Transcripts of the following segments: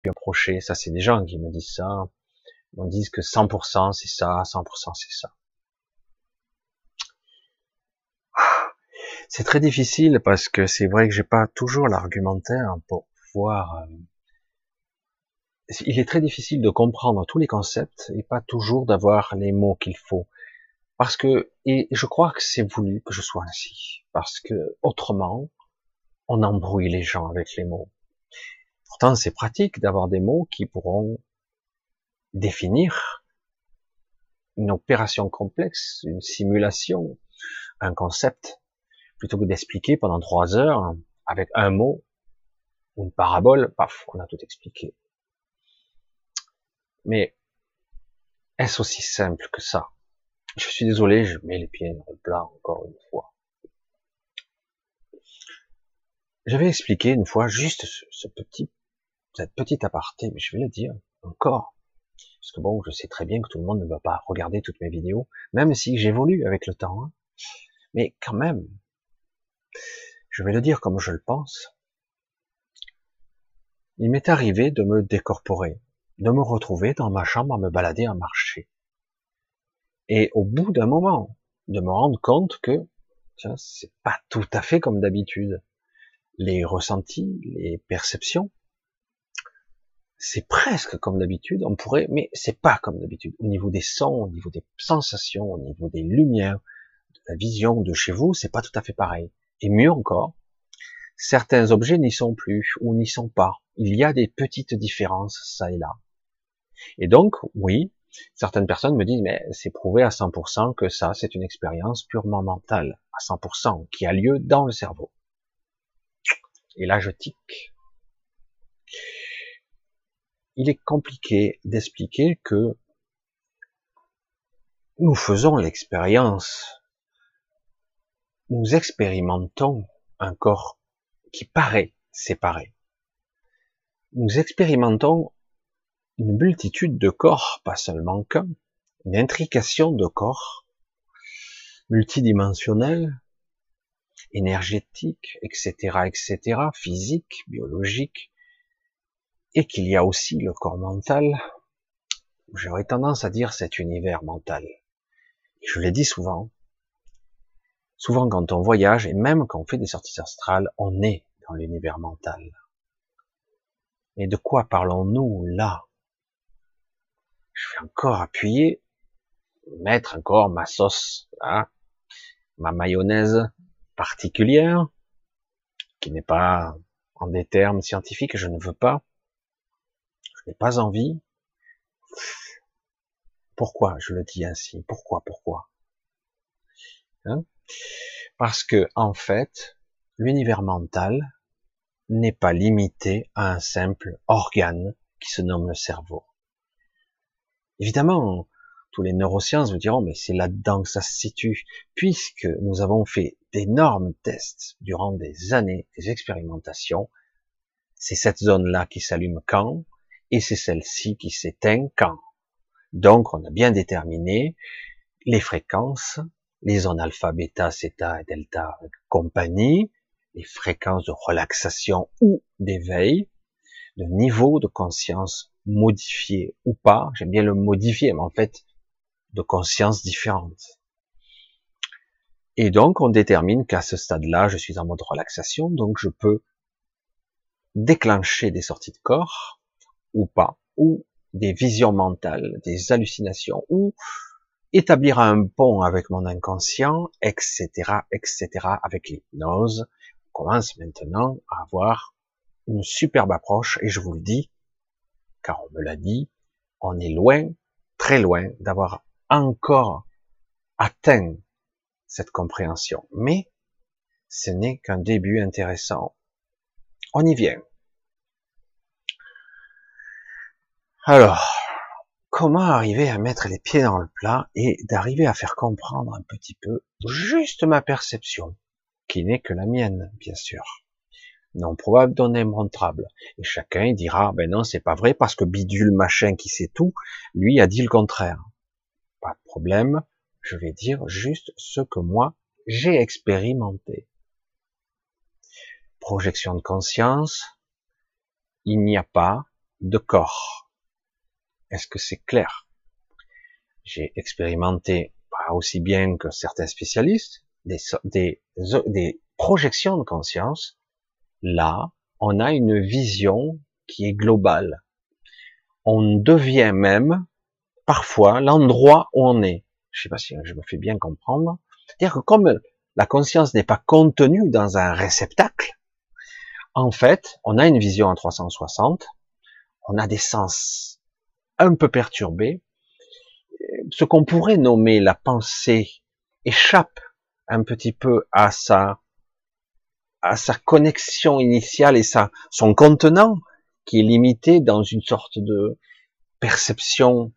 approcher, ça c'est des gens qui me disent ça, on dit que 100% c'est ça, 100% c'est ça. C'est très difficile parce que c'est vrai que j'ai pas toujours l'argumentaire pour pouvoir. Il est très difficile de comprendre tous les concepts et pas toujours d'avoir les mots qu'il faut. Parce que, et je crois que c'est voulu que je sois ainsi. Parce que, autrement, on embrouille les gens avec les mots. Pourtant, c'est pratique d'avoir des mots qui pourront définir une opération complexe, une simulation, un concept, plutôt que d'expliquer pendant 3 heures avec un mot ou une parabole, paf, on a tout expliqué. Mais est-ce aussi simple que ça? Je suis désolé, je mets les pieds dans le plat encore une fois. J'avais expliqué une fois juste cette petite aparté, mais je vais le dire encore. Parce que bon, je sais très bien que tout le monde ne va pas regarder toutes mes vidéos, même si j'évolue avec le temps. Hein. Mais quand même, je vais le dire comme je le pense. Il m'est arrivé de me décorporer, de me retrouver dans ma chambre à me balader, à marcher. Et au bout d'un moment, de me rendre compte que, tiens, c'est pas tout à fait comme d'habitude. Les ressentis, les perceptions, c'est presque comme d'habitude, on pourrait, mais c'est pas comme d'habitude. Au niveau des sons, au niveau des sensations, au niveau des lumières, de la vision de chez vous, c'est pas tout à fait pareil. Et mieux encore, certains objets n'y sont plus ou n'y sont pas. Il y a des petites différences, ça et là. Et donc, oui, certaines personnes me disent, mais c'est prouvé à 100% que ça, c'est une expérience purement mentale, à 100%, qui a lieu dans le cerveau. Et là, je tique. Il est compliqué d'expliquer que nous faisons l'expérience, nous expérimentons un corps qui paraît séparé. Nous expérimentons une multitude de corps, pas seulement qu'un, une intrication de corps multidimensionnels, énergétiques, etc., etc., physiques, biologiques, et qu'il y a aussi le corps mental. J'aurais tendance à dire cet univers mental. Et je l'ai dit souvent. Souvent, quand on voyage, et même quand on fait des sorties astrales, on est dans l'univers mental. Mais de quoi parlons-nous là? Je vais encore appuyer, mettre encore ma sauce, hein, ma mayonnaise particulière, qui n'est pas en des termes scientifiques, je ne veux pas, je n'ai pas envie. Pourquoi je le dis ainsi? Pourquoi? Hein? Parce que, en fait, l'univers mental n'est pas limité à un simple organe qui se nomme le cerveau. Évidemment, tous les neurosciences vous diront, mais c'est là-dedans que ça se situe, puisque nous avons fait d'énormes tests durant des années, des expérimentations. C'est cette zone-là qui s'allume quand, et c'est celle-ci qui s'éteint quand. Donc, on a bien déterminé les fréquences, les zones alpha, bêta, zeta et delta, compagnie, les fréquences de relaxation ou d'éveil, de niveau de conscience modifié ou pas, j'aime bien le modifier, mais en fait, de conscience différente. Et donc, on détermine qu'à ce stade-là, je suis en mode relaxation, donc je peux déclencher des sorties de corps, ou pas, ou des visions mentales, des hallucinations, ou établir un pont avec mon inconscient, etc., etc., avec l'hypnose. On commence maintenant à avoir une superbe approche, et je vous le dis, car on me l'a dit, on est loin, très loin, d'avoir encore atteint cette compréhension. Mais ce n'est qu'un début intéressant. On y vient. Alors, comment arriver à mettre les pieds dans le plat et d'arriver à faire comprendre un petit peu juste ma perception, qui n'est que la mienne, bien sûr. Non probable, non immontrable. Et chacun dira, ben non, c'est pas vrai, parce que bidule, machin, qui sait tout, lui a dit le contraire. Pas de problème, je vais dire juste ce que moi, j'ai expérimenté. Projection de conscience, il n'y a pas de corps. Est-ce que c'est clair? J'ai expérimenté, pas aussi bien que certains spécialistes, des projections de conscience. Là, on a une vision qui est globale. On devient même, parfois, l'endroit où on est. Je sais pas si je me fais bien comprendre. C'est-à-dire que comme la conscience n'est pas contenue dans un réceptacle, en fait, on a une vision en 360, on a des sens un peu perturbés. Ce qu'on pourrait nommer la pensée échappe un petit peu à sa connexion initiale et son contenant qui est limité dans une sorte de perception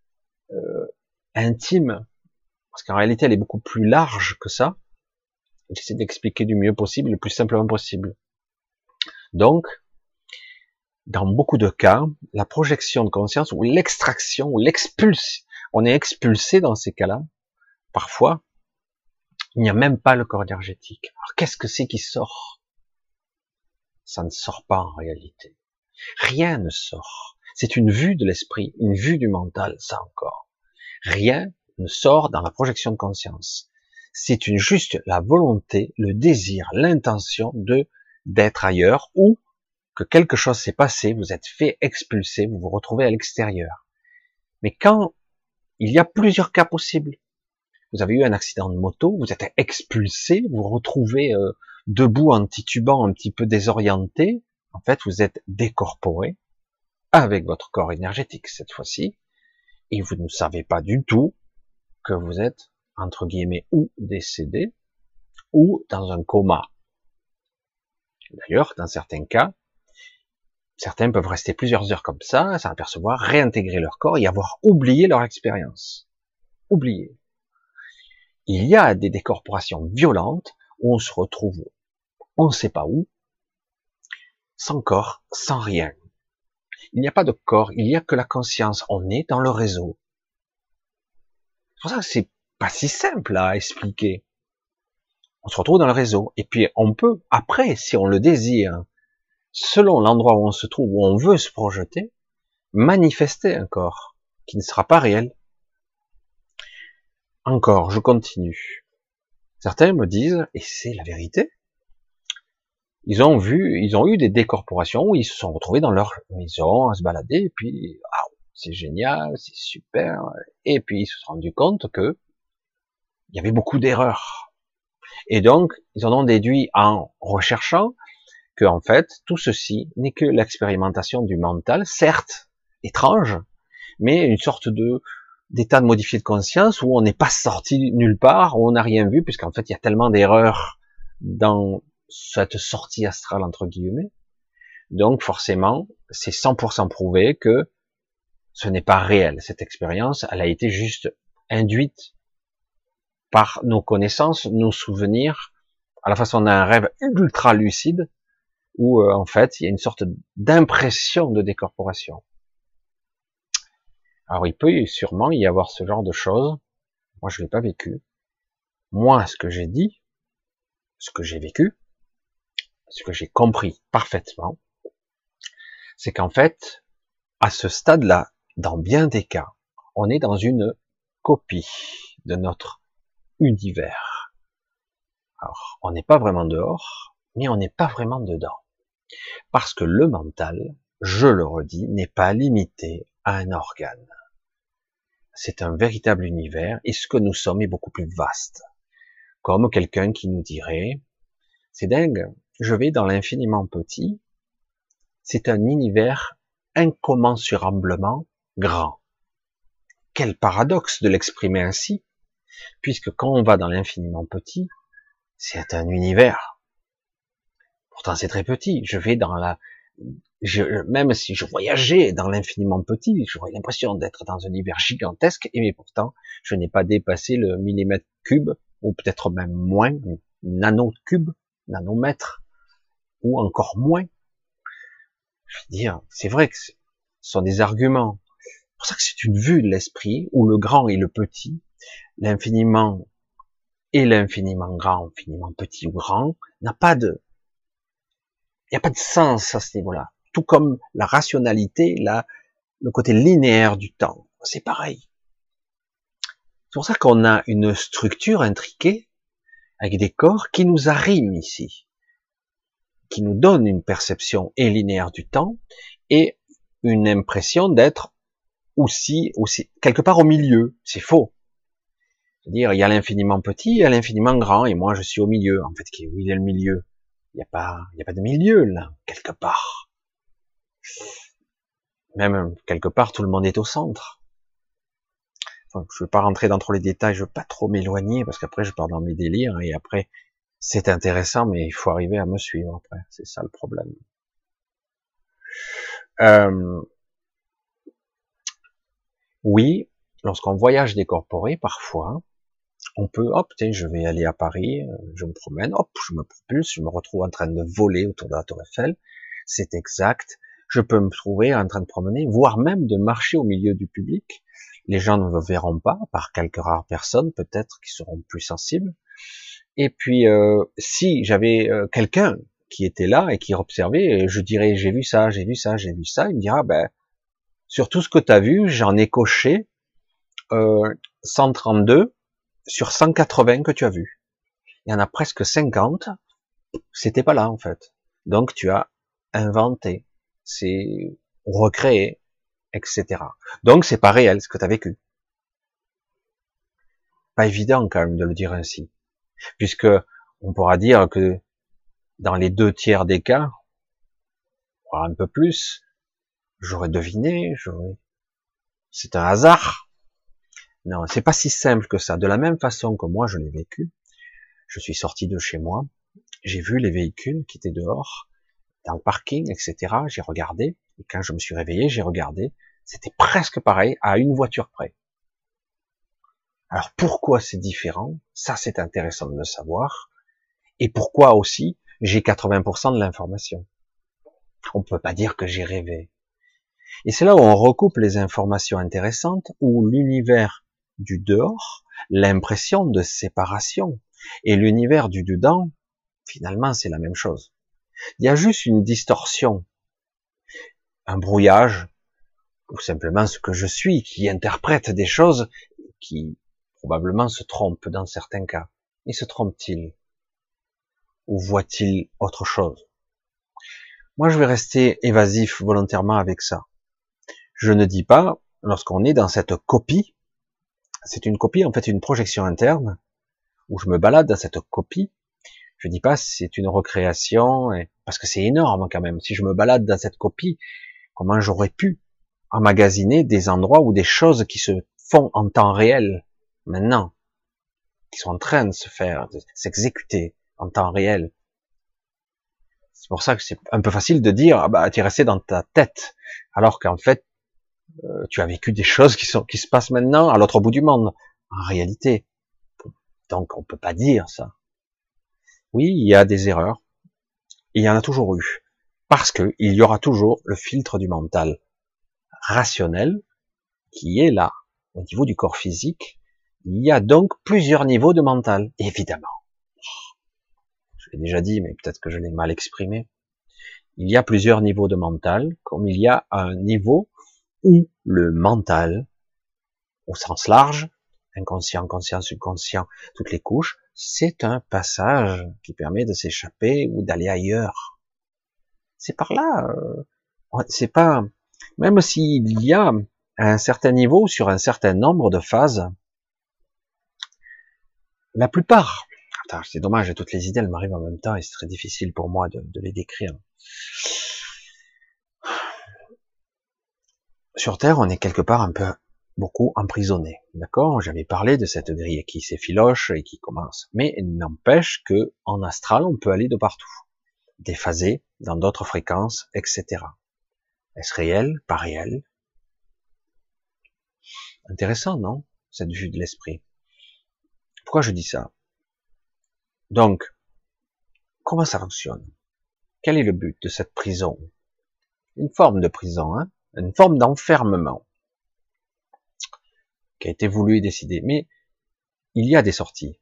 intime, parce qu'en réalité elle est beaucoup plus large que ça. J'essaie d'expliquer du mieux possible, le plus simplement possible. Donc, dans beaucoup de cas, la projection de conscience ou l'extraction ou l'expulsion, on est expulsé dans ces cas-là. Parfois, il n'y a même pas le corps énergétique. Alors qu'est-ce que c'est qui sort? Ça ne sort pas en réalité. Rien ne sort. C'est une vue de l'esprit, une vue du mental, ça encore. Rien ne sort dans la projection de conscience. C'est juste la volonté, le désir, l'intention d'être ailleurs ou que quelque chose s'est passé, vous êtes fait expulser, vous vous retrouvez à l'extérieur. Mais quand il y a plusieurs cas possibles, vous avez eu un accident de moto, vous êtes expulsé, vous vous retrouvez debout en titubant, un petit peu désorienté, en fait vous êtes décorporé avec votre corps énergétique cette fois-ci, et vous ne savez pas du tout que vous êtes, entre guillemets, ou décédé, ou dans un coma. D'ailleurs, dans certains cas, certains peuvent rester plusieurs heures comme ça, s'en apercevoir, réintégrer leur corps et avoir oublié leur expérience. Oublié. Il y a des décorporations violentes où on se retrouve, on ne sait pas où, sans corps, sans rien. Il n'y a pas de corps, il n'y a que la conscience. On est dans le réseau. C'est pour ça que c'est pas si simple à expliquer. On se retrouve dans le réseau. Et puis on peut, après, si on le désire, selon l'endroit où on se trouve, où on veut se projeter, manifester un corps qui ne sera pas réel. Encore, je continue. Certains me disent, et c'est la vérité, ils ont eu des décorporations où ils se sont retrouvés dans leur maison à se balader, et puis, ah, c'est génial, c'est super, et puis ils se sont rendus compte que il y avait beaucoup d'erreurs. Et donc, ils en ont déduit en recherchant que, en fait, tout ceci n'est que l'expérimentation du mental, certes étrange, mais une sorte d'état de modifié de conscience où on n'est pas sorti nulle part, où on n'a rien vu, puisqu'en fait, il y a tellement d'erreurs dans cette sortie astrale, entre guillemets. Donc, forcément, c'est 100% prouvé que ce n'est pas réel. Cette expérience, elle a été juste induite par nos connaissances, nos souvenirs, à la façon d'un rêve ultra lucide, où en fait, il y a une sorte d'impression de décorporation. Alors, il peut sûrement y avoir ce genre de choses. Moi, je l'ai pas vécu. Moi, ce que j'ai dit, ce que j'ai vécu, ce que j'ai compris parfaitement, c'est qu'en fait, à ce stade-là, dans bien des cas, on est dans une copie de notre univers. Alors, on n'est pas vraiment dehors, mais on n'est pas vraiment dedans. Parce que le mental, je le redis, n'est pas limité à un organe. C'est un véritable univers, et ce que nous sommes est beaucoup plus vaste. Comme quelqu'un qui nous dirait, c'est dingue, je vais dans l'infiniment petit, c'est un univers incommensurablement grand. Quel paradoxe de l'exprimer ainsi, puisque quand on va dans l'infiniment petit, c'est un univers. Pourtant c'est très petit, je vais dans même si je voyageais dans l'infiniment petit, j'aurais l'impression d'être dans un univers gigantesque, et mais pourtant, je n'ai pas dépassé le millimètre cube, ou peut-être même moins, nanocube, nanomètre, ou encore moins. Je veux dire, c'est vrai que ce sont des arguments. C'est pour ça que c'est une vue de l'esprit, où le grand et le petit, l'infiniment et l'infiniment grand, infiniment petit ou grand, il n'y a pas de sens à ce niveau-là. tout comme la rationalité, le côté linéaire du temps. C'est pareil. C'est pour ça qu'on a une structure intriquée avec des corps qui nous arriment ici, qui nous donnent une perception et linéaire du temps et une impression d'être aussi quelque part au milieu. C'est faux. C'est-à-dire, il y a l'infiniment petit, il y a l'infiniment grand, et moi je suis au milieu. En fait, où il est le milieu? Il n'y a pas de milieu là, quelque part. Même quelque part, tout le monde est au centre. Enfin, je ne veux pas rentrer dans trop les détails, je ne veux pas trop m'éloigner, parce qu'après je pars dans mes délires, et après c'est intéressant, mais il faut arriver à me suivre après. C'est ça le problème. Oui, lorsqu'on voyage décorporé, parfois, on peut, hop, tiens, je vais aller à Paris, je me promène, hop, je me propulse, je me retrouve en train de voler autour de la Tour Eiffel. C'est exact. Je peux me trouver en train de promener, voire même de marcher au milieu du public. Les gens ne me verront pas, par quelques rares personnes peut-être qui seront plus sensibles. Et puis, si j'avais quelqu'un qui était là et qui observait, je dirais j'ai vu ça, j'ai vu ça, j'ai vu ça. Il me dira, ben, sur tout ce que tu as vu, j'en ai coché 132 sur 180 que tu as vu. Il y en a presque 50, c'était pas là en fait. Donc tu as inventé, c'est recréé, etc. Donc c'est pas réel ce que tu as vécu. Pas évident quand même de le dire ainsi, puisque on pourra dire que dans les 2 tiers des cas, voire un peu plus, j'aurais deviné, c'est un hasard. Non, c'est pas si simple que ça. De la même façon que moi je l'ai vécu, je suis sorti de chez moi, j'ai vu les véhicules qui étaient dehors, dans le parking, etc. J'ai regardé, et quand je me suis réveillé, j'ai regardé, c'était presque pareil, à une voiture près. Alors pourquoi c'est différent? Ça c'est intéressant de le savoir. Et pourquoi aussi j'ai 80% de l'information? On peut pas dire que j'ai rêvé. Et c'est là où on recoupe les informations intéressantes, où l'univers du dehors, l'impression de séparation, et l'univers du dedans, finalement c'est la même chose. Il y a juste une distorsion, un brouillage, ou simplement ce que je suis, qui interprète des choses qui probablement se trompent dans certains cas. Et se trompe-t-il? Ou voit-il autre chose? Moi, je vais rester évasif volontairement avec ça. Je ne dis pas, lorsqu'on est dans cette copie, c'est une copie, en fait, une projection interne, où je me balade dans cette copie, je dis pas c'est une recréation, parce que c'est énorme quand même. Si je me balade dans cette copie, comment j'aurais pu emmagasiner des endroits ou des choses qui se font en temps réel, maintenant, qui sont en train de se faire, de s'exécuter en temps réel. C'est pour ça que c'est un peu facile de dire, ah bah, tu es resté dans ta tête, alors qu'en fait, tu as vécu des choses qui se passent maintenant à l'autre bout du monde, en réalité. Donc, on peut pas dire ça. Oui, il y a des erreurs. Il y en a toujours eu. Parce que il y aura toujours le filtre du mental rationnel qui est là, au niveau du corps physique. Il y a donc plusieurs niveaux de mental, évidemment. Je l'ai déjà dit, mais peut-être que je l'ai mal exprimé. Il y a plusieurs niveaux de mental, comme il y a un niveau où le mental, au sens large, inconscient, conscient, subconscient, toutes les couches, c'est un passage qui permet de s'échapper ou d'aller ailleurs. C'est par là, c'est pas, même s'il y a à un certain niveau, sur un certain nombre de phases, la plupart, c'est dommage, toutes les idées elles m'arrivent en même temps et c'est très difficile pour moi de les décrire. Sur Terre, on est quelque part un peu beaucoup emprisonné, d'accord? J'avais parlé de cette grille qui s'effiloche et qui commence, mais il n'empêche que en astral, on peut aller de partout, déphasé, dans d'autres fréquences, etc. Est-ce réel? Pas réel? Intéressant, non? Cette vue de l'esprit. Pourquoi je dis ça? Donc, comment ça fonctionne? Quel est le but de cette prison? Une forme de prison, hein? Une forme d'enfermement qui a été voulu et décidé. Mais il y a des sorties.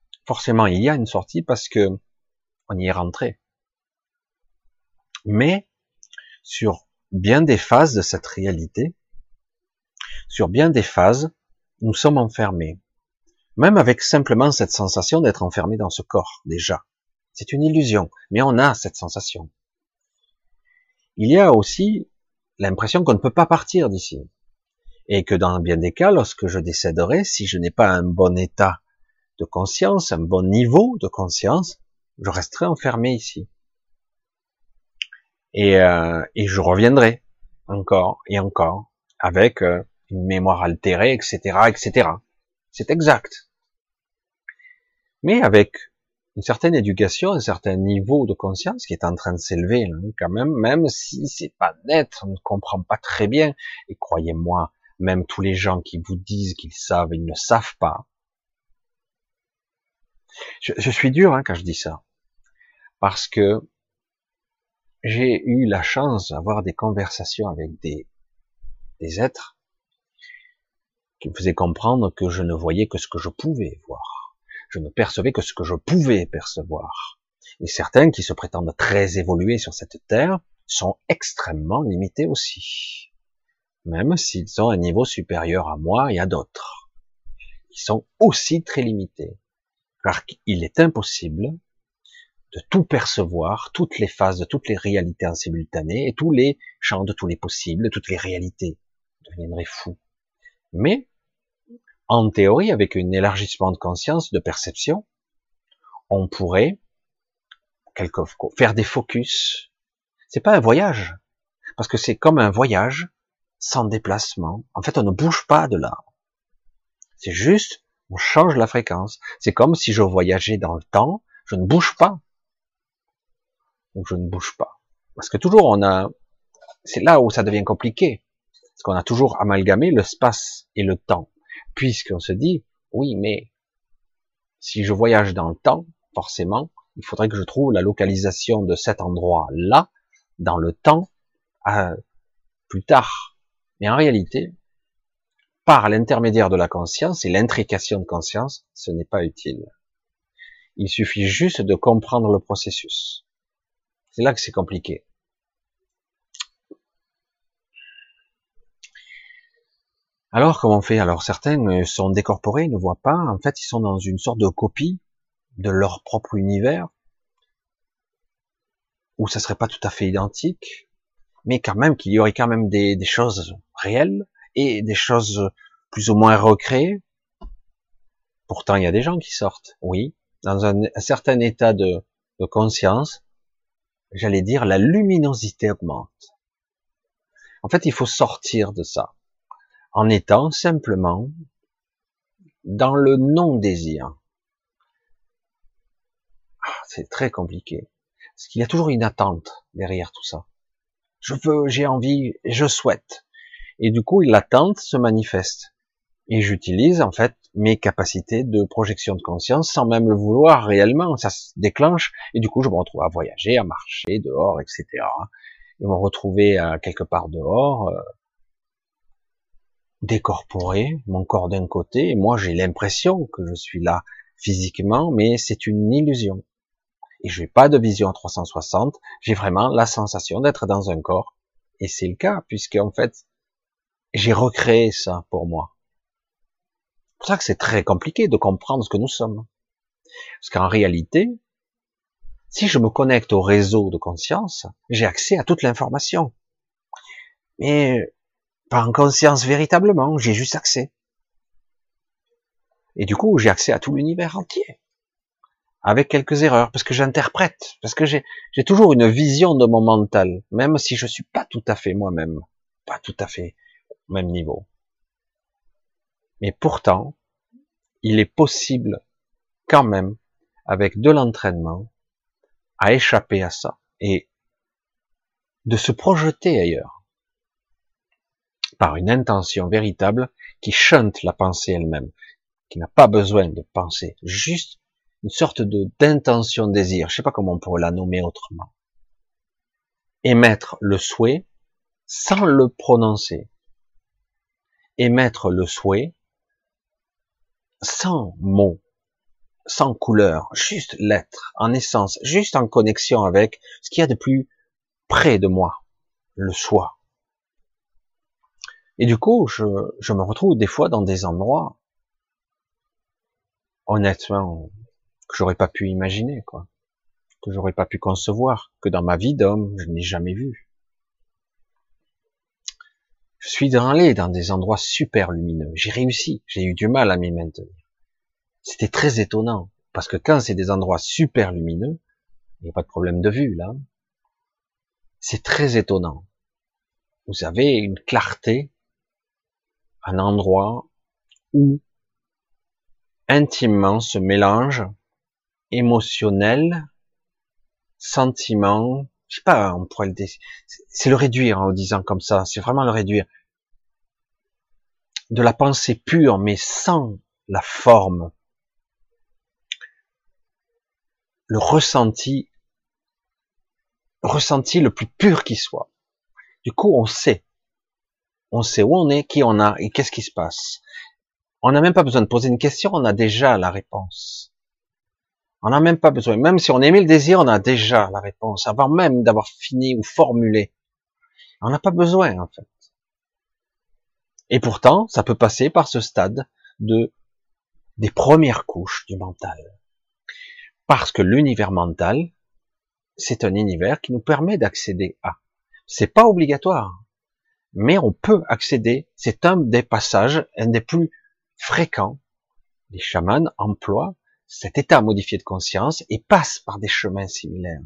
Forcément, il y a une sortie parce que on y est rentré. Mais sur bien des phases de cette réalité, sur bien des phases, nous sommes enfermés. Même avec simplement cette sensation d'être enfermé dans ce corps, déjà. C'est une illusion, mais on a cette sensation. Il y a aussi l'impression qu'on ne peut pas partir d'ici. Et que dans bien des cas, lorsque je décéderai, si je n'ai pas un bon état de conscience, un bon niveau de conscience, je resterai enfermé ici. Et je reviendrai encore et encore avec une mémoire altérée, etc., etc. C'est exact. Mais avec une certaine éducation, un certain niveau de conscience qui est en train de s'élever, hein, quand même si c'est pas net, on ne comprend pas très bien. Et croyez-moi, même tous les gens qui vous disent qu'ils savent, ils ne savent pas. Je suis dur hein, quand je dis ça, parce que j'ai eu la chance d'avoir des conversations avec des êtres qui me faisaient comprendre que je ne voyais que ce que je pouvais voir. Je ne percevais que ce que je pouvais percevoir. Et certains qui se prétendent très évolués sur cette terre sont extrêmement limités aussi. Même s'ils ont un niveau supérieur à moi et à d'autres. Ils sont aussi très limités. Car il est impossible de tout percevoir, toutes les phases de toutes les réalités en simultané, et tous les champs de tous les possibles, toutes les réalités. Je deviendrais fou. Mais, en théorie, avec un élargissement de conscience, de perception, on pourrait faire des focus. C'est pas un voyage, parce que c'est comme un voyage sans déplacement. En fait, on ne bouge pas de là. C'est juste, on change la fréquence. C'est comme si je voyageais dans le temps, je ne bouge pas. Donc je ne bouge pas. Parce que toujours c'est là où ça devient compliqué. Parce qu'on a toujours amalgamé l'espace et le temps. Puisqu'on se dit, oui, mais si je voyage dans le temps, forcément, il faudrait que je trouve la localisation de cet endroit-là, dans le temps, plus tard. Mais en réalité, par l'intermédiaire de la conscience et l'intrication de conscience, ce n'est pas utile. Il suffit juste de comprendre le processus. C'est là que c'est compliqué. Alors, comment on fait? Alors, certains sont décorporés, ils ne voient pas. En fait, ils sont dans une sorte de copie de leur propre univers, où ça serait pas tout à fait identique, mais quand même qu'il y aurait quand même des choses réelles et des choses plus ou moins recréées. Pourtant, il y a des gens qui sortent, oui, dans un certain état de conscience. J'allais dire, la luminosité augmente. En fait, il faut sortir de ça, en étant simplement dans le non-désir. C'est très compliqué, parce qu'il y a toujours une attente derrière tout ça. Je veux, j'ai envie, je souhaite. Et du coup, l'attente se manifeste. Et j'utilise, en fait, mes capacités de projection de conscience sans même le vouloir réellement. Ça se déclenche. Et du coup, je me retrouve à voyager, à marcher dehors, etc. Et me retrouver à quelque part dehors, décorporé, mon corps d'un côté. Et moi, j'ai l'impression que je suis là physiquement, mais c'est une illusion. Et je n'ai pas de vision à 360. J'ai vraiment la sensation d'être dans un corps. Et c'est le cas, puisque en fait, j'ai recréé ça pour moi. C'est pour ça que c'est très compliqué de comprendre ce que nous sommes. Parce qu'en réalité, si je me connecte au réseau de conscience, j'ai accès à toute l'information. Mais pas en conscience véritablement, j'ai juste accès. Et du coup, j'ai accès à tout l'univers entier. Avec quelques erreurs, parce que j'interprète, parce que j'ai toujours une vision de mon mental, même si je suis pas tout à fait moi-même, pas tout à fait au même niveau. Mais pourtant, il est possible quand même, avec de l'entraînement, à échapper à ça et de se projeter ailleurs par une intention véritable qui chante la pensée elle-même, qui n'a pas besoin de penser, juste une sorte d'intention désir, je sais pas comment on pourrait la nommer autrement. Émettre le souhait sans le prononcer. Émettre le souhait sans mots, sans couleur, juste l'être, en essence, juste en connexion avec ce qu'il y a de plus près de moi. le soi. Et du coup, je me retrouve des fois dans des endroits, honnêtement, que j'aurais pas pu imaginer, quoi, que j'aurais pas pu concevoir, que dans ma vie d'homme, je n'ai jamais vu. Je suis allé dans des endroits super lumineux. J'ai réussi. J'ai eu du mal à m'y maintenir. C'était très étonnant. Parce que quand c'est des endroits super lumineux, il n'y a pas de problème de vue, là. C'est très étonnant. Vous avez une clarté, un endroit où intimement se mélange émotionnel, sentiment, je sais pas, on pourrait c'est le réduire en le disant comme ça, c'est vraiment le réduire. De la pensée pure, mais sans la forme. Le ressenti le plus pur qui soit. Du coup, on sait où on est, qui on a et qu'est-ce qui se passe. On n'a même pas besoin de poser une question, on a déjà la réponse. On n'a même pas besoin, même si on émet le désir, on a déjà la réponse, avant même d'avoir fini ou formulé. On n'a pas besoin, en fait. Et pourtant, ça peut passer par ce stade des premières couches du mental. Parce que l'univers mental, c'est un univers qui nous permet d'accéder à. C'est pas obligatoire, mais on peut accéder. C'est un des passages, un des plus fréquents. Les chamans emploient cet état modifié de conscience et passent par des chemins similaires.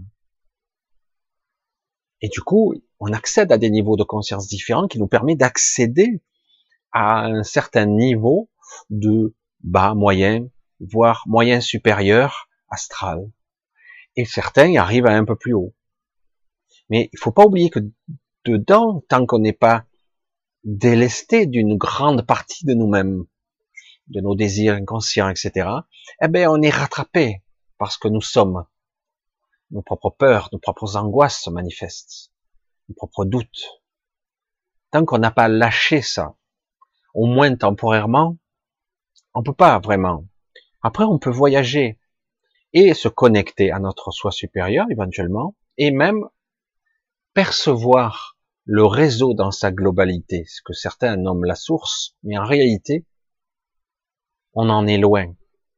Et du coup, on accède à des niveaux de conscience différents qui nous permettent d'accéder à un certain niveau de bas, moyen, voire moyen supérieur astral. Et certains y arrivent à un peu plus haut. Mais il faut pas oublier que dedans, tant qu'on n'est pas délesté d'une grande partie de nous-mêmes, de nos désirs inconscients, etc., eh ben, on est rattrapé parce que nous sommes. Nos propres peurs, nos propres angoisses se manifestent, nos propres doutes. Tant qu'on n'a pas lâché ça, au moins temporairement, on peut pas vraiment. Après, on peut voyager et se connecter à notre soi supérieur, éventuellement, et même percevoir le réseau dans sa globalité, ce que certains nomment la source, mais en réalité, on en est loin.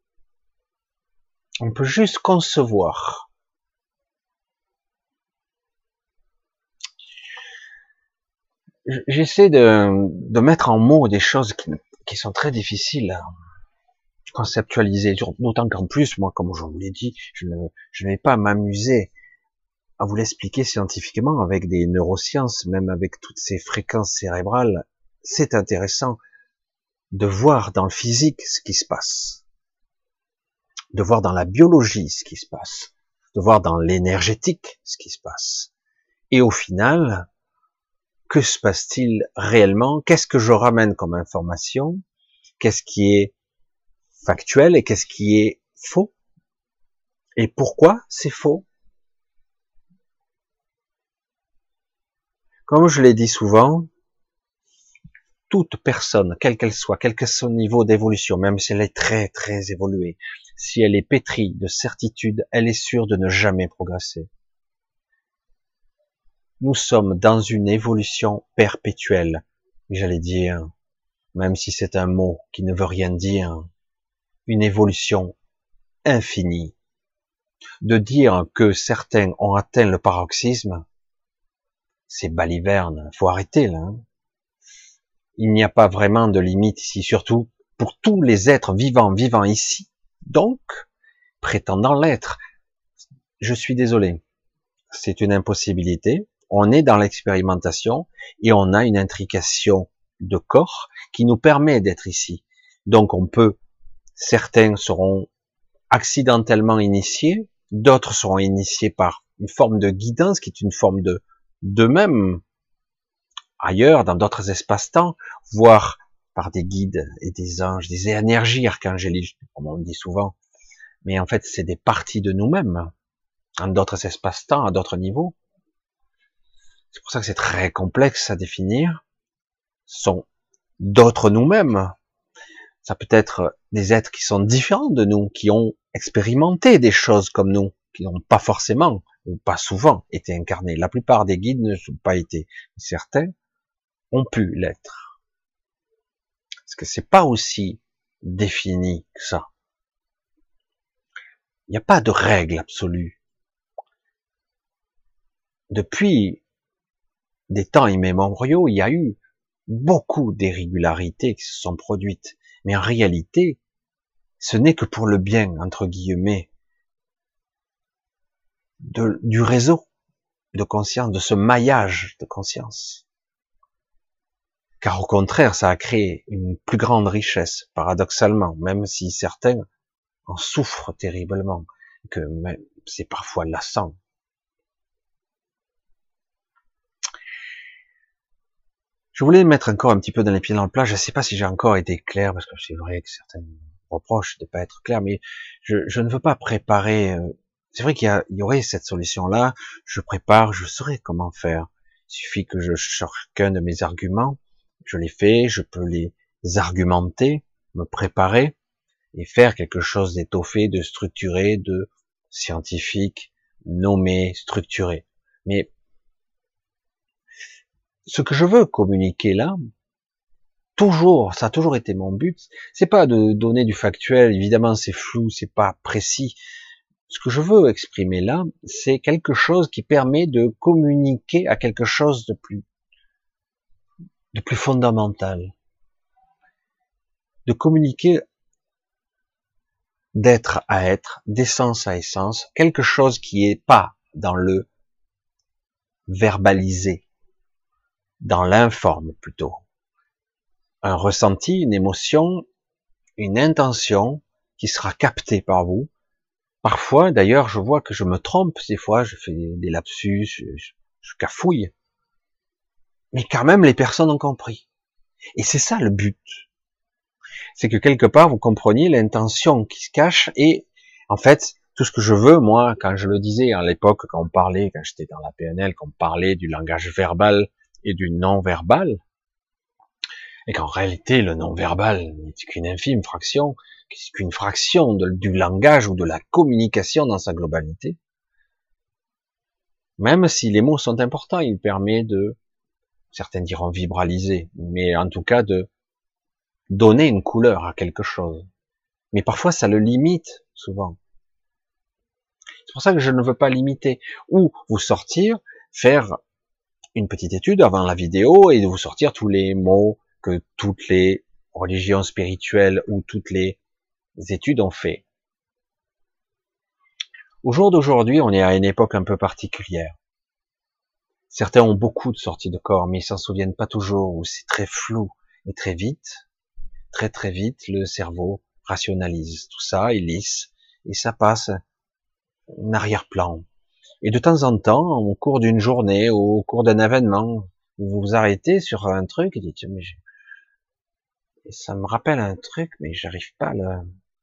On peut juste concevoir. J'essaie de mettre en mots des choses qui sont très difficiles à conceptualiser, d'autant qu'en plus, moi, comme je vous l'ai dit, je ne vais pas m'amuser à vous l'expliquer scientifiquement avec des neurosciences, même avec toutes ces fréquences cérébrales. C'est intéressant de voir dans le physique ce qui se passe, de voir dans la biologie ce qui se passe, de voir dans l'énergétique ce qui se passe. Et au final, que se passe-t-il réellement? Qu'est-ce que je ramène comme information? Qu'est-ce qui est factuel et qu'est-ce qui est faux? Et pourquoi c'est faux? Comme je l'ai dit souvent, toute personne, quelle qu'elle soit, quel que soit son niveau d'évolution, même si elle est très très évoluée, si elle est pétrie de certitude, elle est sûre de ne jamais progresser. Nous sommes dans une évolution perpétuelle, j'allais dire, même si c'est un mot qui ne veut rien dire, une évolution infinie. De dire que certains ont atteint le paroxysme, c'est baliverne, faut arrêter là. Il n'y a pas vraiment de limite ici, surtout pour tous les êtres vivant ici, donc prétendant l'être. Je suis désolé, c'est une impossibilité. On est dans l'expérimentation et on a une intrication de corps qui nous permet d'être ici. Donc certains seront accidentellement initiés, d'autres seront initiés par une forme de guidance qui est une forme d'eux-mêmes ailleurs, dans d'autres espaces-temps, voire par des guides et des anges, des énergies archangéliques, comme on le dit souvent. Mais en fait, c'est des parties de nous-mêmes, dans d'autres espaces-temps, à d'autres niveaux. C'est pour ça que c'est très complexe à définir. Ce sont d'autres nous-mêmes. Ça peut être des êtres qui sont différents de nous, qui ont expérimenté des choses comme nous, qui n'ont pas forcément ou pas souvent, été incarnés. La plupart des guides ne sont pas été. Certains ont pu l'être. Parce que c'est pas aussi défini que ça. Il n'y a pas de règle absolue. Depuis des temps immémoriaux, il y a eu beaucoup d'irrégularités qui se sont produites. Mais en réalité, ce n'est que pour le bien, entre guillemets, du réseau de conscience, de ce maillage de conscience. Car au contraire, ça a créé une plus grande richesse, paradoxalement, même si certains en souffrent terriblement, que c'est parfois lassant. Je voulais mettre encore un petit peu dans les pieds dans le plat. Je ne sais pas si j'ai encore été clair, parce que c'est vrai que certains me reprochent de ne pas être clair, mais je ne veux pas préparer. C'est vrai qu'il y aurait cette solution-là. Je prépare, je saurais comment faire. Il suffit que je cherche chacun de mes arguments. Je les fais, je peux les argumenter, me préparer et faire quelque chose d'étoffé, de structuré, de scientifique, nommé, structuré. Mais ce que je veux communiquer là, toujours, ça a toujours été mon but, c'est pas de donner du factuel, évidemment c'est flou, c'est pas précis. Ce que je veux exprimer là, c'est quelque chose qui permet de communiquer à quelque chose de plus fondamental. De communiquer d'être à être, d'essence à essence, quelque chose qui est pas dans le verbalisé, dans l'informe plutôt. Un ressenti, une émotion, une intention qui sera captée par vous. Parfois, d'ailleurs, je vois que je me trompe, des fois, je fais des lapsus, je cafouille. Mais quand même, les personnes ont compris. Et c'est ça le but. C'est que quelque part, vous compreniez l'intention qui se cache et, en fait, tout ce que je veux, moi, quand je le disais à l'époque, quand j'étais dans la PNL, quand on parlait du langage verbal et du non-verbal, et qu'en réalité, le non-verbal n'est qu'une infime fraction, qu'une fraction du langage ou de la communication dans sa globalité. Même si les mots sont importants, il permet de, certains diront vibraliser, mais en tout cas de donner une couleur à quelque chose. Mais parfois, ça le limite, souvent. C'est pour ça que je ne veux pas limiter. Ou vous sortir, faire une petite étude avant la vidéo et de vous sortir tous les mots que toutes les religions spirituelles ou toutes les études ont fait. Au jour d'aujourd'hui, on est à une époque un peu particulière. Certains ont beaucoup de sorties de corps, mais ils s'en souviennent pas toujours, ou c'est très flou et très vite, très vite, le cerveau rationalise tout ça, il lisse, et ça passe en arrière-plan. Et de temps en temps, au cours d'une journée, ou au cours d'un événement, vous vous arrêtez sur un truc et dites, mais ça me rappelle un truc, mais j'arrive pas à le...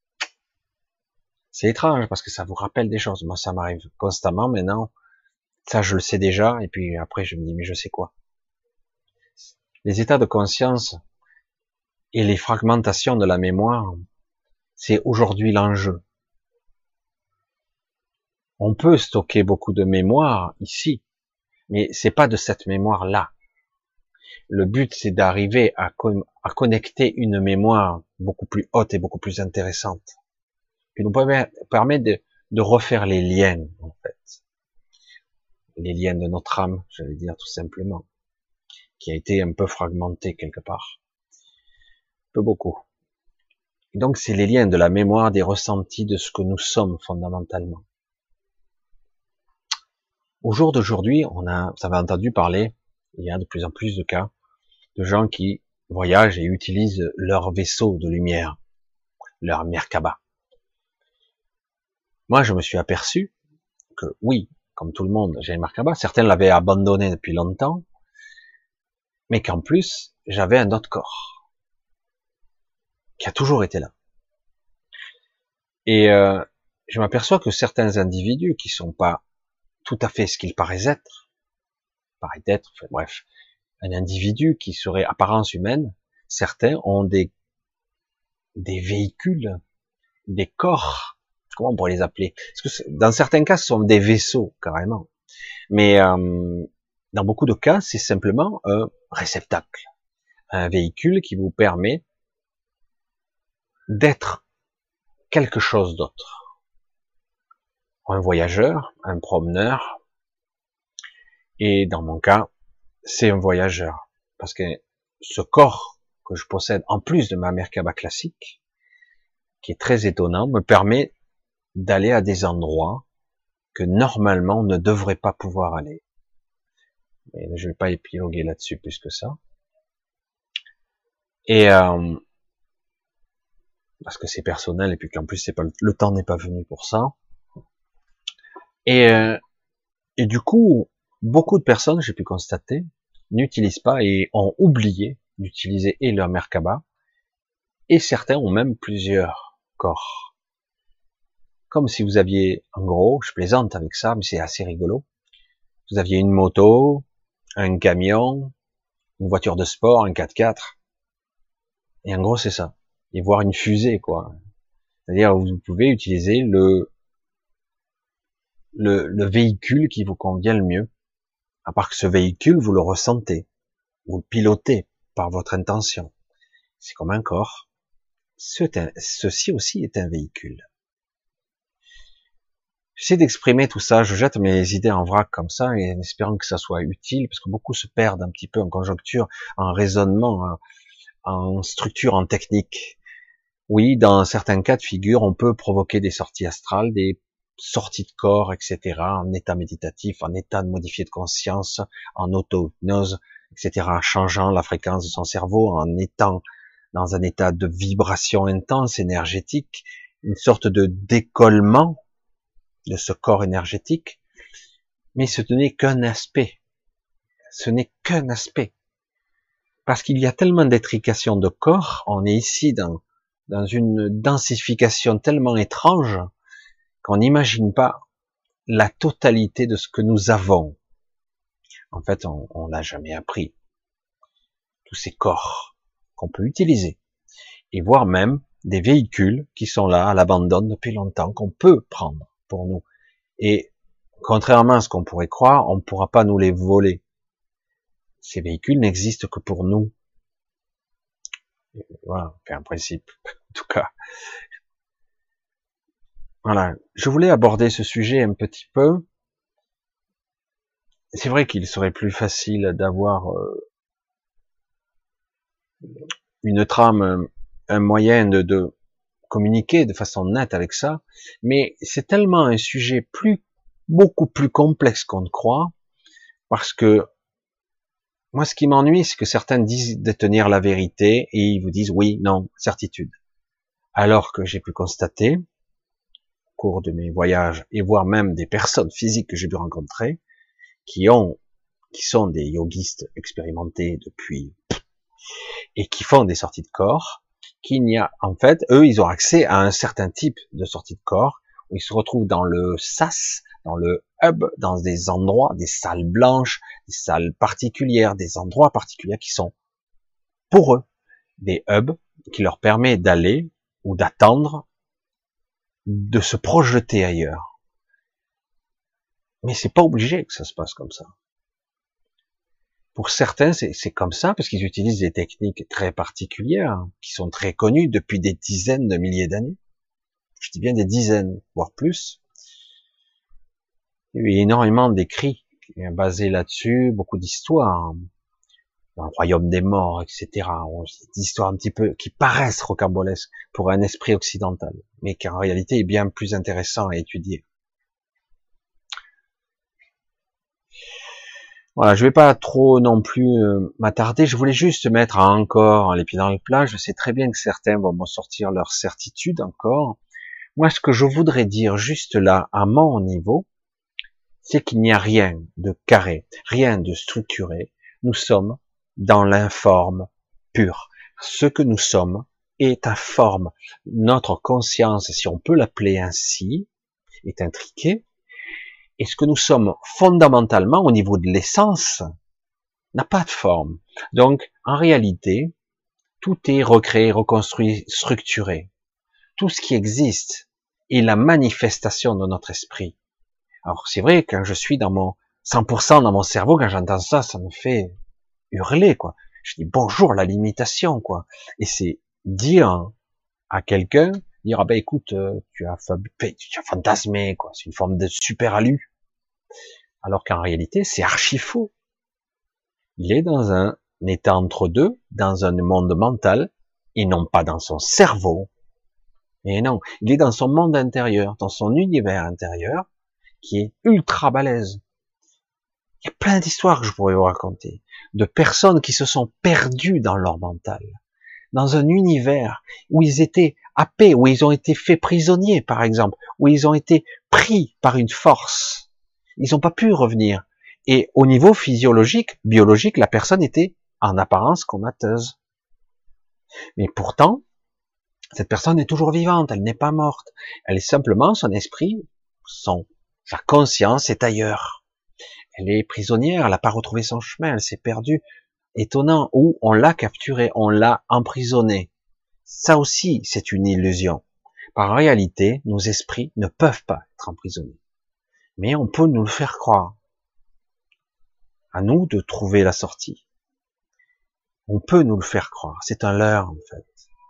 C'est étrange, parce que ça vous rappelle des choses. Moi, ça m'arrive constamment maintenant. Ça, je le sais déjà, et puis après, je me dis, mais je sais quoi? Les états de conscience et les fragmentations de la mémoire, c'est aujourd'hui l'enjeu. On peut stocker beaucoup de mémoire ici, mais c'est pas de cette mémoire-là. Le but, c'est d'arriver à connecter une mémoire beaucoup plus haute et beaucoup plus intéressante, qui nous permet de refaire les liens, en fait. Les liens de notre âme, j'allais dire tout simplement, qui a été un peu fragmenté quelque part. Un peu beaucoup. Et donc, c'est les liens de la mémoire, des ressentis, de ce que nous sommes fondamentalement. Au jour d'aujourd'hui, vous avez entendu parler, il y a de plus en plus de cas, de gens qui voyagent et utilisent leur vaisseau de lumière, leur Merkaba. Moi, je me suis aperçu que oui, comme tout le monde, j'ai un Merkaba. Certains l'avaient abandonné depuis longtemps, mais qu'en plus, j'avais un autre corps qui a toujours été là. Et je m'aperçois que certains individus qui sont pas tout à fait ce qu'ils paraissent être, enfin, bref, un individu qui serait apparence humaine, certains ont des véhicules, des corps comment on pourrait les appeler? Parce que dans certains cas, ce sont des vaisseaux, carrément. Mais dans beaucoup de cas, c'est simplement un réceptacle, un véhicule qui vous permet d'être quelque chose d'autre. Un voyageur, un promeneur, et dans mon cas, c'est un voyageur. Parce que ce corps que je possède, en plus de ma Merkaba classique, qui est très étonnant, me permet d'aller à des endroits que normalement on ne devrait pas pouvoir aller. Mais je vais pas épiloguer là-dessus plus que ça. Et parce que c'est personnel et puis qu'en plus c'est pas le temps n'est pas venu pour ça. Et du coup, beaucoup de personnes, j'ai pu constater, n'utilisent pas et ont oublié d'utiliser et leur Merkaba, et certains ont même plusieurs corps. Comme si vous aviez, en gros, je plaisante avec ça, mais c'est assez rigolo. Vous aviez une moto, un camion, une voiture de sport, un 4x4. Et en gros, c'est ça. Et voir une fusée, quoi. C'est-à-dire, vous pouvez utiliser le véhicule qui vous convient le mieux. À part que ce véhicule, vous le ressentez. Vous le pilotez par votre intention. C'est comme un corps. Ceci aussi est un véhicule. J'essaie d'exprimer tout ça, je jette mes idées en vrac comme ça, et en espérant que ça soit utile, parce que beaucoup se perdent un petit peu en conjoncture, en raisonnement, en structure, en technique. Oui, dans certains cas de figure, on peut provoquer des sorties astrales, des sorties de corps, etc., en état méditatif, en état de modifié de conscience, en auto-hypnose, etc., changeant la fréquence de son cerveau, en étant dans un état de vibration intense, énergétique, une sorte de décollement de ce corps énergétique, mais ce n'est qu'un aspect. Ce n'est qu'un aspect. Parce qu'il y a tellement d'intrications de corps, on est ici dans une densification tellement étrange qu'on n'imagine pas la totalité de ce que nous avons. En fait, on l'a jamais appris. Tous ces corps qu'on peut utiliser. Et voire même des véhicules qui sont là à l'abandon depuis longtemps, qu'on peut prendre pour nous. Et contrairement à ce qu'on pourrait croire, on ne pourra pas nous les voler. Ces véhicules n'existent que pour nous. Et voilà, c'est un principe. En tout cas, voilà. Je voulais aborder ce sujet un petit peu. C'est vrai qu'il serait plus facile d'avoir une trame, un moyen de communiquer de façon nette avec ça, mais c'est tellement un sujet beaucoup plus complexe qu'on ne croit, parce que moi, ce qui m'ennuie, c'est que certains disent détenir la vérité et ils vous disent oui, non, certitude. Alors que j'ai pu constater, au cours de mes voyages et voire même des personnes physiques que j'ai pu rencontrer, qui sont des yogistes expérimentés depuis et qui font des sorties de corps, qu'il n'y a, en fait, eux, ils ont accès à un certain type de sortie de corps où ils se retrouvent dans le sas, dans le hub, dans des endroits, des salles blanches, des salles particulières, des endroits particuliers qui sont pour eux des hubs qui leur permet d'aller ou d'attendre, de se projeter ailleurs. Mais c'est pas obligé que ça se passe comme ça. Pour certains, c'est comme ça parce qu'ils utilisent des techniques très particulières, qui sont très connues depuis des dizaines de milliers d'années. Je dis bien des dizaines, voire plus. Il y a eu énormément d'écrits basés là-dessus, beaucoup d'histoires, dans le royaume des morts, etc. Des histoires un petit peu qui paraissent rocambolesques pour un esprit occidental, mais qui en réalité est bien plus intéressant à étudier. Voilà, je vais pas trop non plus m'attarder, je voulais juste mettre encore les pieds dans le plat. Je sais très bien que certains vont me sortir leur certitude encore. Moi, ce que je voudrais dire juste là, à mon niveau, c'est qu'il n'y a rien de carré, rien de structuré. Nous sommes dans l'informe pur. Ce que nous sommes est informe. Notre conscience, si on peut l'appeler ainsi, est intriquée. Et ce que nous sommes fondamentalement, au niveau de l'essence, n'a pas de forme. Donc, en réalité, tout est recréé, reconstruit, structuré. Tout ce qui existe est la manifestation de notre esprit. Alors c'est vrai, quand je suis dans mon 100% dans mon cerveau, quand j'entends ça, ça me fait hurler, quoi. Je dis bonjour la limitation, quoi. Et c'est dire à quelqu'un, dire ah ben écoute, tu as fantasmé, quoi. C'est une forme de super alu. Alors qu'en réalité, c'est archi faux. Il est dans un état entre deux, dans un monde mental, et non pas dans son cerveau. Et non, il est dans son monde intérieur, dans son univers intérieur, qui est ultra balèze. Il y a plein d'histoires que je pourrais vous raconter, de personnes qui se sont perdues dans leur mental, dans un univers où ils étaient happés, où ils ont été faits prisonniers, par exemple, où ils ont été pris par une force. Ils n'ont pas pu revenir. Et au niveau physiologique, biologique, la personne était en apparence comateuse. Mais pourtant, cette personne est toujours vivante, elle n'est pas morte. Elle est simplement, son esprit, sa conscience est ailleurs. Elle est prisonnière, elle n'a pas retrouvé son chemin, elle s'est perdue. Étonnant, où on l'a capturée, on l'a emprisonnée. Ça aussi, c'est une illusion. Par réalité, nos esprits ne peuvent pas être emprisonnés. Mais on peut nous le faire croire. À nous de trouver la sortie. On peut nous le faire croire. C'est un leurre, en fait.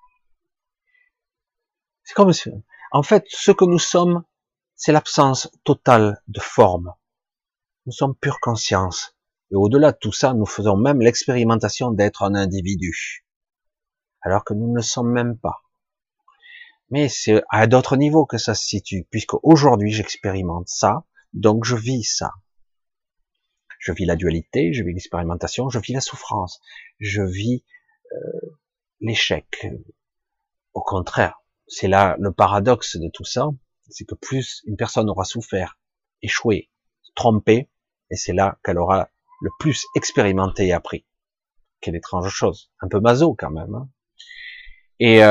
C'est comme si, en fait, ce que nous sommes, c'est l'absence totale de forme. Nous sommes pure conscience. Et au-delà de tout ça, nous faisons même l'expérimentation d'être un individu. Alors que nous ne le sommes même pas. Mais c'est à d'autres niveaux que ça se situe, puisque aujourd'hui j'expérimente ça, donc je vis ça. Je vis la dualité, je vis l'expérimentation, je vis la souffrance, je vis l'échec. Au contraire, c'est là le paradoxe de tout ça, c'est que plus une personne aura souffert, échoué, trompé, et c'est là qu'elle aura le plus expérimenté et appris. Quelle étrange chose, un peu maso quand même. Hein. Et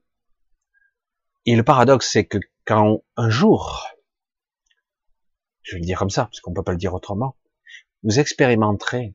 le paradoxe, c'est que quand un jour, je vais le dire comme ça, parce qu'on peut pas le dire autrement, vous expérimenterez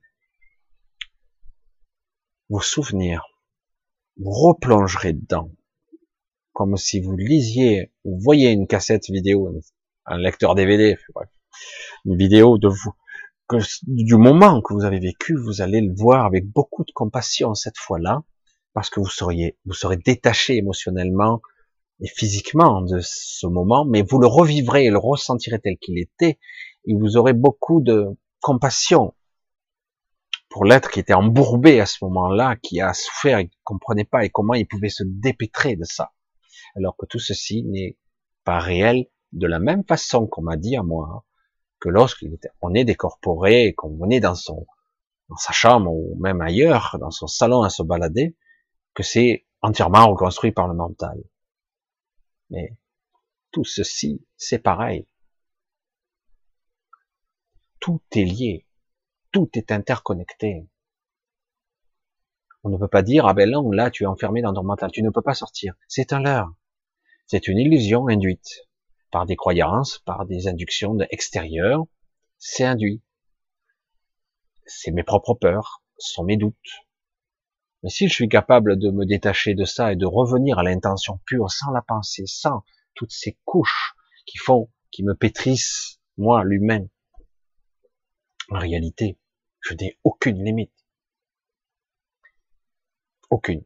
vos souvenirs, vous replongerez dedans, comme si vous lisiez, vous voyez une cassette vidéo, un lecteur DVD, bref, une vidéo de vous, que du moment que vous avez vécu, vous allez le voir avec beaucoup de compassion cette fois-là, parce que vous serez détaché émotionnellement et physiquement de ce moment, mais vous le revivrez et le ressentirez tel qu'il était, et vous aurez beaucoup de compassion pour l'être qui était embourbé à ce moment-là, qui a souffert et qui ne comprenait pas et comment il pouvait se dépêtrer de ça. Alors que tout ceci n'est pas réel, de la même façon qu'on m'a dit à moi, hein, que lorsqu'on est décorporé et qu'on est dans sa chambre ou même ailleurs, dans son salon à se balader, que c'est entièrement reconstruit par le mental. Mais tout ceci, c'est pareil. Tout est lié. Tout est interconnecté. On ne peut pas dire, ah ben non, là, tu es enfermé dans ton mental, tu ne peux pas sortir. C'est un leurre. C'est une illusion induite par des croyances, par des inductions extérieures. C'est induit. C'est mes propres peurs, ce sont mes doutes. Mais si je suis capable de me détacher de ça et de revenir à l'intention pure, sans la pensée, sans toutes ces couches qui me pétrissent, moi, l'humain, en réalité, je n'ai aucune limite. Aucune.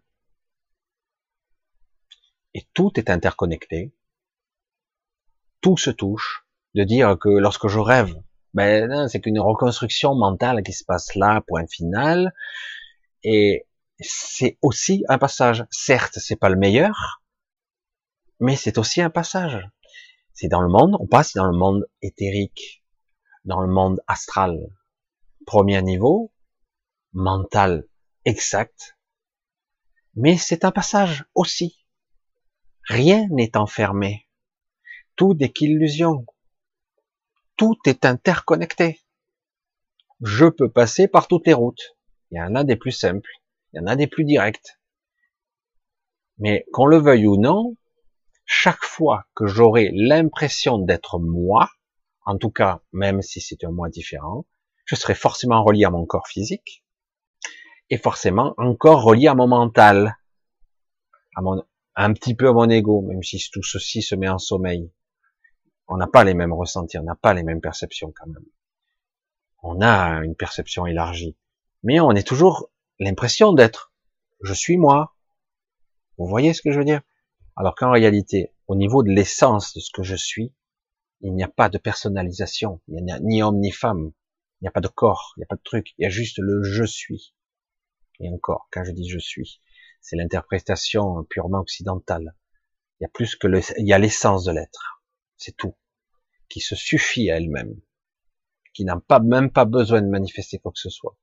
Et tout est interconnecté. Tout se touche. De dire que lorsque je rêve, ben non, c'est qu'une reconstruction mentale qui se passe là, point final. Et c'est aussi un passage. Certes, c'est pas le meilleur, mais c'est aussi un passage. C'est dans le monde, on passe dans le monde éthérique, dans le monde astral. Premier niveau, mental exact, mais c'est un passage aussi. Rien n'est enfermé. Tout n'est qu'illusion. Tout est interconnecté. Je peux passer par toutes les routes. Il y en a des plus simples, il y en a des plus directes. Mais qu'on le veuille ou non, chaque fois que j'aurai l'impression d'être moi, en tout cas, même si c'est un moi différent, je serai forcément relié à mon corps physique, et forcément encore relié à mon mental, un petit peu à mon ego, même si tout ceci se met en sommeil. On n'a pas les mêmes ressentis, on n'a pas les mêmes perceptions quand même. On a une perception élargie. Mais on est toujours l'impression d'être. Je suis moi. Vous voyez ce que je veux dire? Alors qu'en réalité, au niveau de l'essence de ce que je suis, il n'y a pas de personnalisation. Il n'y a ni homme ni femme. Il n'y a pas de corps. Il n'y a pas de truc. Il y a juste le je suis. Et encore, quand je dis je suis, c'est l'interprétation purement occidentale. Il y a plus que il y a l'essence de l'être. C'est tout. Qui se suffit à elle-même. Qui n'a pas, même pas besoin de manifester quoi que ce soit.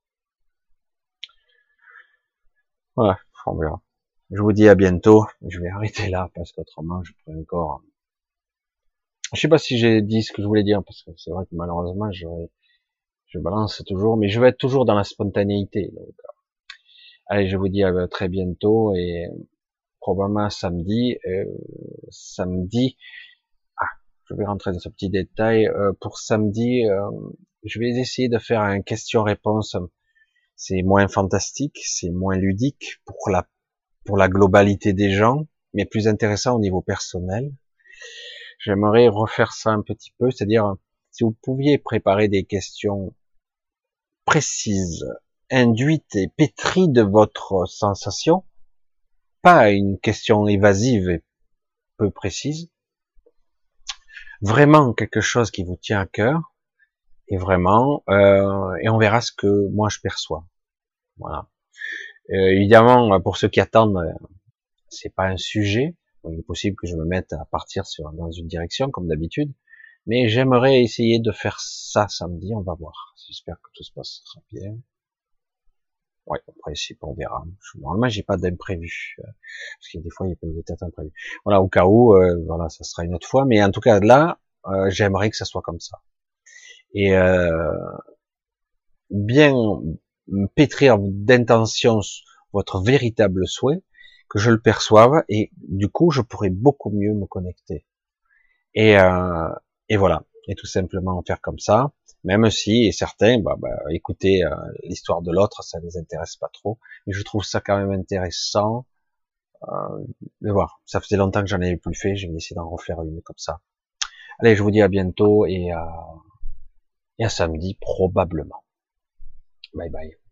Voilà. On verra. Je vous dis à bientôt. Je vais arrêter là parce qu'autrement je pourrais encore. Je sais pas si j'ai dit ce que je voulais dire parce que c'est vrai que malheureusement je balance toujours, mais je vais être toujours dans la spontanéité. Donc, allez, je vous dis à très bientôt et probablement samedi. Samedi, ah, je vais rentrer dans ce petit détail. Pour samedi, je vais essayer de faire un question-réponse. C'est moins fantastique, c'est moins ludique pour la globalité des gens, mais plus intéressant au niveau personnel. J'aimerais refaire ça un petit peu, c'est-à-dire si vous pouviez préparer des questions précises, induites et pétries de votre sensation, pas une question évasive et peu précise, vraiment quelque chose qui vous tient à cœur, et vraiment, et on verra ce que moi je perçois. Voilà. Évidemment, pour ceux qui attendent, c'est pas un sujet. Il est possible que je me mette à partir dans une direction comme d'habitude, mais j'aimerais essayer de faire ça samedi. On va voir. J'espère que tout se passera bien. Ouais, en principe, on verra. Normalement, j'ai pas d'imprévu, parce qu'il y a des fois, il y a des têtes imprévues. Voilà, au cas où, voilà, ça sera une autre fois. Mais en tout cas, là, j'aimerais que ça soit comme ça. Et bien pétrir d'intention votre véritable souhait, que je le perçoive, et du coup, je pourrais beaucoup mieux me connecter. Et, et voilà, et tout simplement faire comme ça, même si et certains, écoutez, l'histoire de l'autre, ça les intéresse pas trop, mais je trouve ça quand même intéressant. Mais voilà, ça faisait longtemps que j'en avais plus fait, je vais essayer d'en refaire une comme ça. Allez, je vous dis à bientôt et à samedi probablement. Bye bye.